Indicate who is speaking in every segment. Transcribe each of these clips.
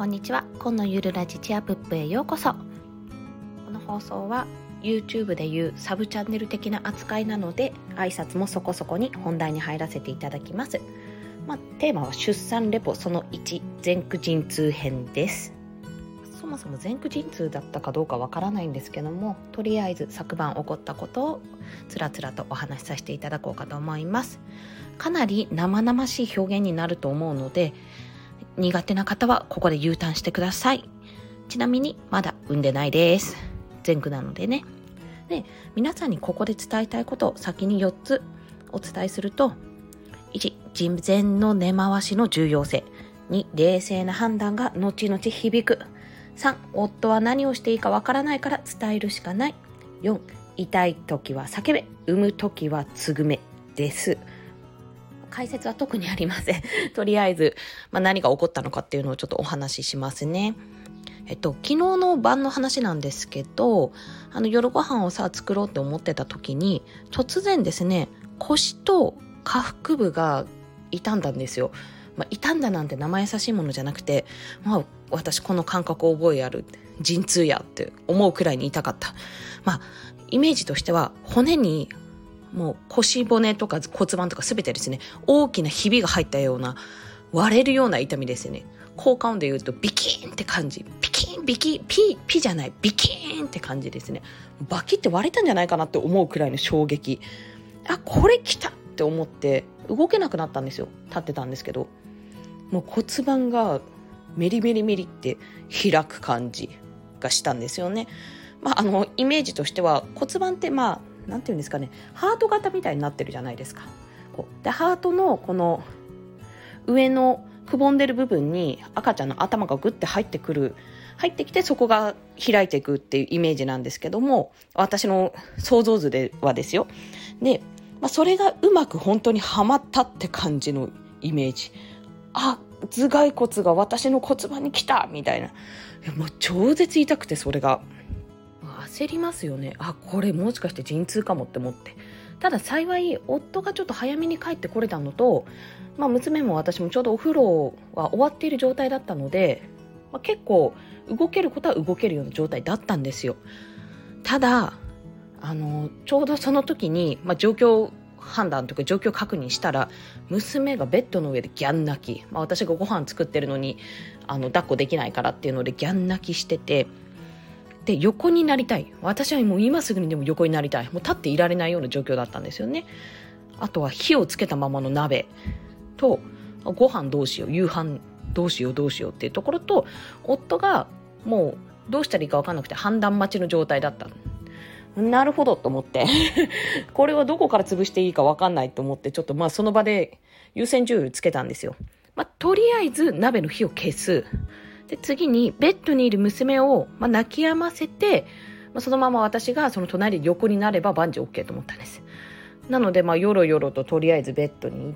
Speaker 1: こんにちは。今のゆるラジチアプップへようこそ。この放送は YouTube でいうサブチャンネル的な扱いなので、挨拶もそこそこに本題に入らせていただきます。テーマは出産レポその1、前駆陣痛編です。そもそも前駆陣痛だったかどうかわからないんですけども、とりあえず昨晩起こったことをつらつらとお話しさせていただこうかと思います。かなり生々しい表現になると思うので、苦手な方はここで U ターンしてください。ちなみにまだ産んでないです。前駆なのでね。で、皆さんにここで伝えたいことを先に4つお伝えすると、1、事前の根回しの重要性。2、冷静な判断が後々響く。3、夫は何をしていいかわからないから伝えるしかない。4、痛い時は叫べ、産む時はつぐめです。解説は特にありません。とりあえず、何が起こったのかっていうのをちょっとお話ししますね。昨日の晩の話なんですけど、夜ご飯を作ろうって思ってた時に、突然ですね、腰と下腹部が痛んだんですよ。傷んだなんて生優しいものじゃなくて、私この感覚を覚えある、陣痛やって思うくらいに痛かった。イメージとしては骨にもう腰骨とか骨盤とか全てですね、大きなひびが入ったような、割れるような痛みですね。効果音で言うとビキーンって感じ。ビキーンビキーンピじゃない、ビキーンって感じですね。バキって割れたんじゃないかなって思うくらいの衝撃。これ来たって思って動けなくなったんですよ。立ってたんですけど、もう骨盤がメリメリメリって開く感じがしたんですよね。イメージとしては骨盤ってなんていうんですかね、ハート型みたいになってるじゃないですか。でハートのこの上のくぼんでる部分に赤ちゃんの頭がグッて入ってきて、そこが開いていくっていうイメージなんですけども、私の想像図ではですよ。で、それがうまく本当にはまったって感じのイメージ。頭蓋骨が私の骨盤に来たみたいな。もう超絶痛くて、それが焦りますよね。これもしかして陣痛かもって思って。ただ幸い夫がちょっと早めに帰ってこれたのと、娘も私もちょうどお風呂は終わっている状態だったので、結構動けることは動けるような状態だったんですよ。ただちょうどその時に、状況判断とか状況確認したら、娘がベッドの上でギャン泣き、私がご飯作ってるのに抱っこできないからっていうのでギャン泣きしてて、で横になりたい、私はもう今すぐにでも横になりたい、もう立っていられないような状況だったんですよね。あとは火をつけたままの鍋と、ご飯どうしよう、夕飯どうしようっていうところと、夫がもうどうしたらいいか分かんなくて判断待ちの状態だった。なるほどと思ってこれはどこから潰していいか分かんないと思って、ちょっとその場で優先順位をつけたんですよ。とりあえず鍋の火を消す。で次にベッドにいる娘を泣き止ませて、そのまま私がその隣で横になれば万事 OK と思ったんです。なのでよろよろととりあえずベッドに行って、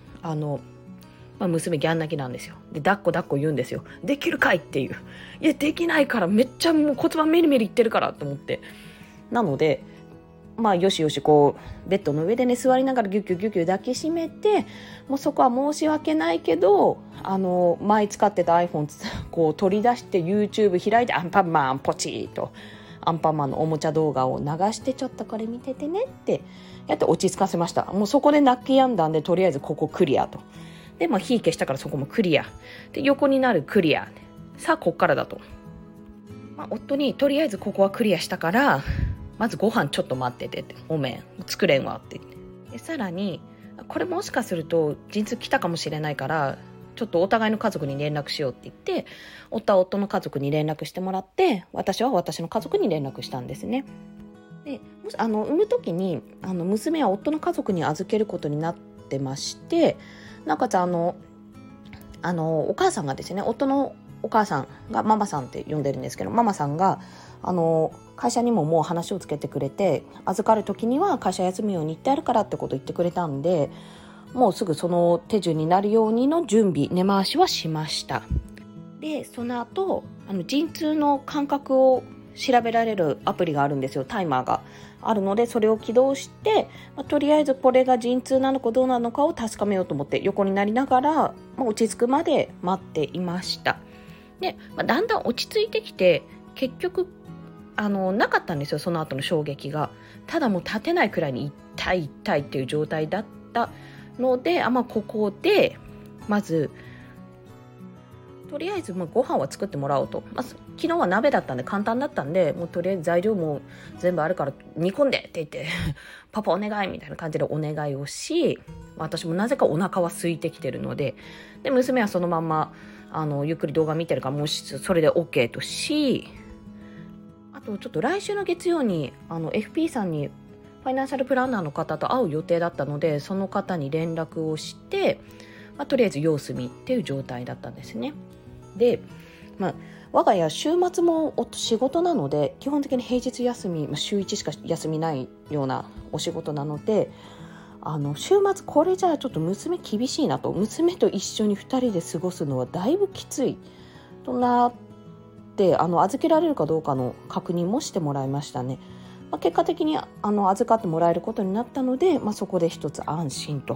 Speaker 1: 娘ギャン泣きなんですよ。で抱っこ言うんですよ。できるかいっていう。いやできないから、めっちゃもう骨盤メリメリいってるからと思って、なのでよしよしベッドの上でね座りながらギュッギュッギュッギュッ抱きしめて、もうそこは申し訳ないけど前使ってた iPhone 取り出して YouTube 開いてアンパンマンポチーとアンパンマンのおもちゃ動画を流して、ちょっとこれ見ててねってやって落ち着かせました。もうそこで泣き止んだんで、とりあえずここクリアと。で火消したからそこもクリアで、横になるクリア。さあこっからだと、夫にとりあえずここはクリアしたからまずご飯ちょっと待っててって、ごめん作れんわって言って、でさらにこれもしかすると陣痛来たかもしれないから、ちょっとお互いの家族に連絡しようって言って、夫は夫の家族に連絡してもらって、私は私の家族に連絡したんですね。で産む時に娘は夫の家族に預けることになってまして、なおかつお母さんがですね、夫のお母さんがママさんって呼んでるんですけど、ママさんが会社にももう話をつけてくれて、預かる時には会社休むように言ってあるからってことを言ってくれたんで、もうすぐその手順になるようにの準備、根回しはしました。でその後陣痛の間隔を調べられるアプリがあるんですよ。タイマーがあるので、それを起動して、とりあえずこれが陣痛なのかどうなのかを確かめようと思って横になりながら、落ち着くまで待っていました。 で、だんだん落ち着いてきて、結局なかったんですよ、その後の衝撃が。ただもう立てないくらいに痛い痛いっていう状態だったので、ここでまずとりあえずご飯は作ってもらおうと、昨日は鍋だったんで簡単だったんで、もうとりあえず材料も全部あるから煮込んでって言ってパパお願いみたいな感じでお願いをし、私もなぜかお腹は空いてきてるので、娘はそのまんまゆっくり動画見てるから、もうそれで OK とし、あとちょっと来週の月曜にFP さんにファイナンシャルプランナーの方と会う予定だったので、その方に連絡をして、とりあえず様子見っていう状態だったんですね。で、我が家週末も仕事なので、基本的に平日休み、週1しか休みないようなお仕事なので、週末これじゃあちょっと娘厳しいなと、娘と一緒に2人で過ごすのはだいぶきついとなって、預けられるかどうかの確認もしてもらいましたね。結果的に預かってもらえることになったので、そこで一つ安心と。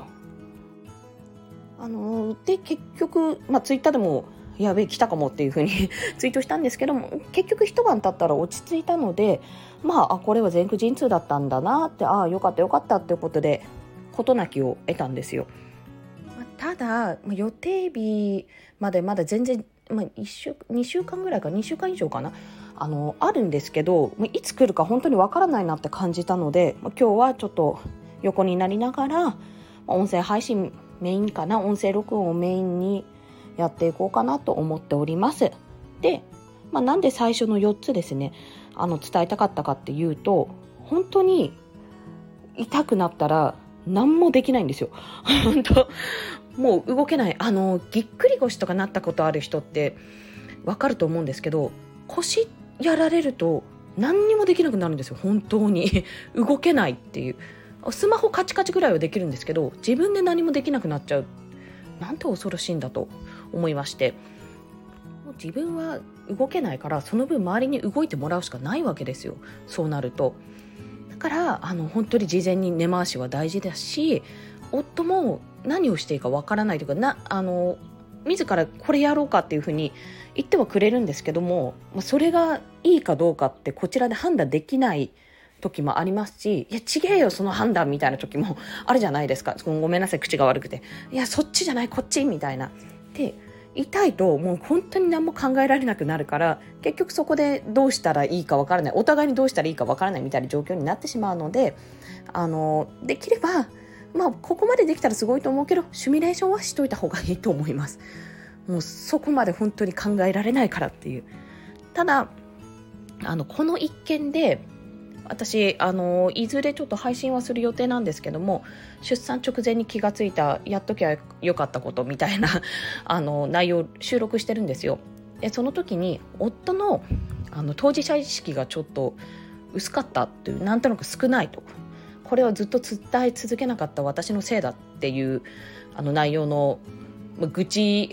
Speaker 1: で結局、ツイッターでもやべえ来たかもっていう風にツイートしたんですけども、結局一晩経ったら落ち着いたので、これは前駆陣痛だったんだなって、よかったよかったっていうことで事なきを得たんですよ。ただ予定日までまだ全然、2週間ぐらいか2週間以上かな、あるんですけど、いつ来るか本当にわからないなって感じたので、今日はちょっと横になりながら音声配信メインかな、音声録音をメインにやっていこうかなと思っております。で、なんで最初の4つですね伝えたかったかっていうと、本当に痛くなったら何もできないんですよ。本当もう動けない。ぎっくり腰とかなったことある人ってわかると思うんですけど、腰やられると何にもできなくなるんですよ。本当に動けないっていう。スマホカチカチぐらいはできるんですけど、自分で何もできなくなっちゃう。なんて恐ろしいんだと思いまして、もう自分は動けないから、その分周りに動いてもらうしかないわけですよ。そうなると、だから本当に事前に根回しは大事だし、夫も何をしていいかわからないというか、自らこれやろうかっていうふうに言ってはくれるんですけども、それがいいかどうかってこちらで判断できない時もありますし、いやちげえよその判断みたいな時もあるじゃないですか。ごめんなさい口が悪くて、いやそっちじゃないこっちみたいなで、痛いともう本当に何も考えられなくなるから、結局そこでどうしたらいいかわからない、お互いにどうしたらいいかわからないみたいな状況になってしまうので、できればここまでできたらすごいと思うけど、シミュレーションはしといた方がいいと思います。もうそこまで本当に考えられないからっていう。ただこの一件で私いずれちょっと配信はする予定なんですけども、出産直前に気がついたやっときゃよかったことみたいな内容を収録してるんですよ。でその時に夫の当事者意識がちょっと薄かったっていう、なんとなく少ないと、これをずっと伝え続けなかった私のせいだっていう内容の愚痴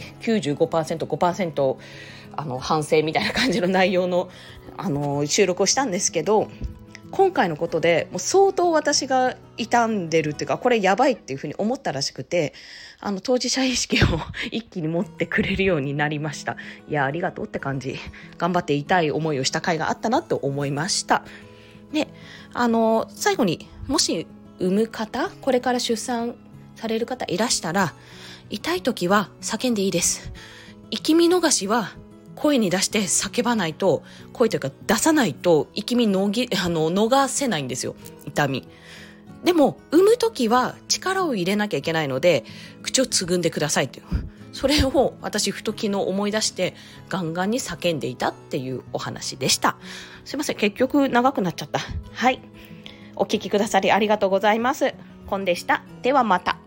Speaker 1: 95%、5% 反省みたいな感じの内容の収録をしたんですけど、今回のことでもう相当私が傷んでるっていうか、これやばいっていうふうに思ったらしくて、当事者意識を一気に持ってくれるようになりました。いやありがとうって感じ、頑張って痛い思いをした甲斐があったなと思いました。で最後に、もし産む方、これから出産される方いらしたら、痛い時は叫んでいいです。生き見逃しは声に出して叫ばないと、声というか出さないと生き身逃せないんですよ、痛み。でも産む時は力を入れなきゃいけないので、口をつぐんでくださいっていう、それを私ふと昨日思い出してガンガンに叫んでいたっていうお話でした。すいません、結局長くなっちゃった。はい、お聞きくださりありがとうございます。コンでした。ではまた。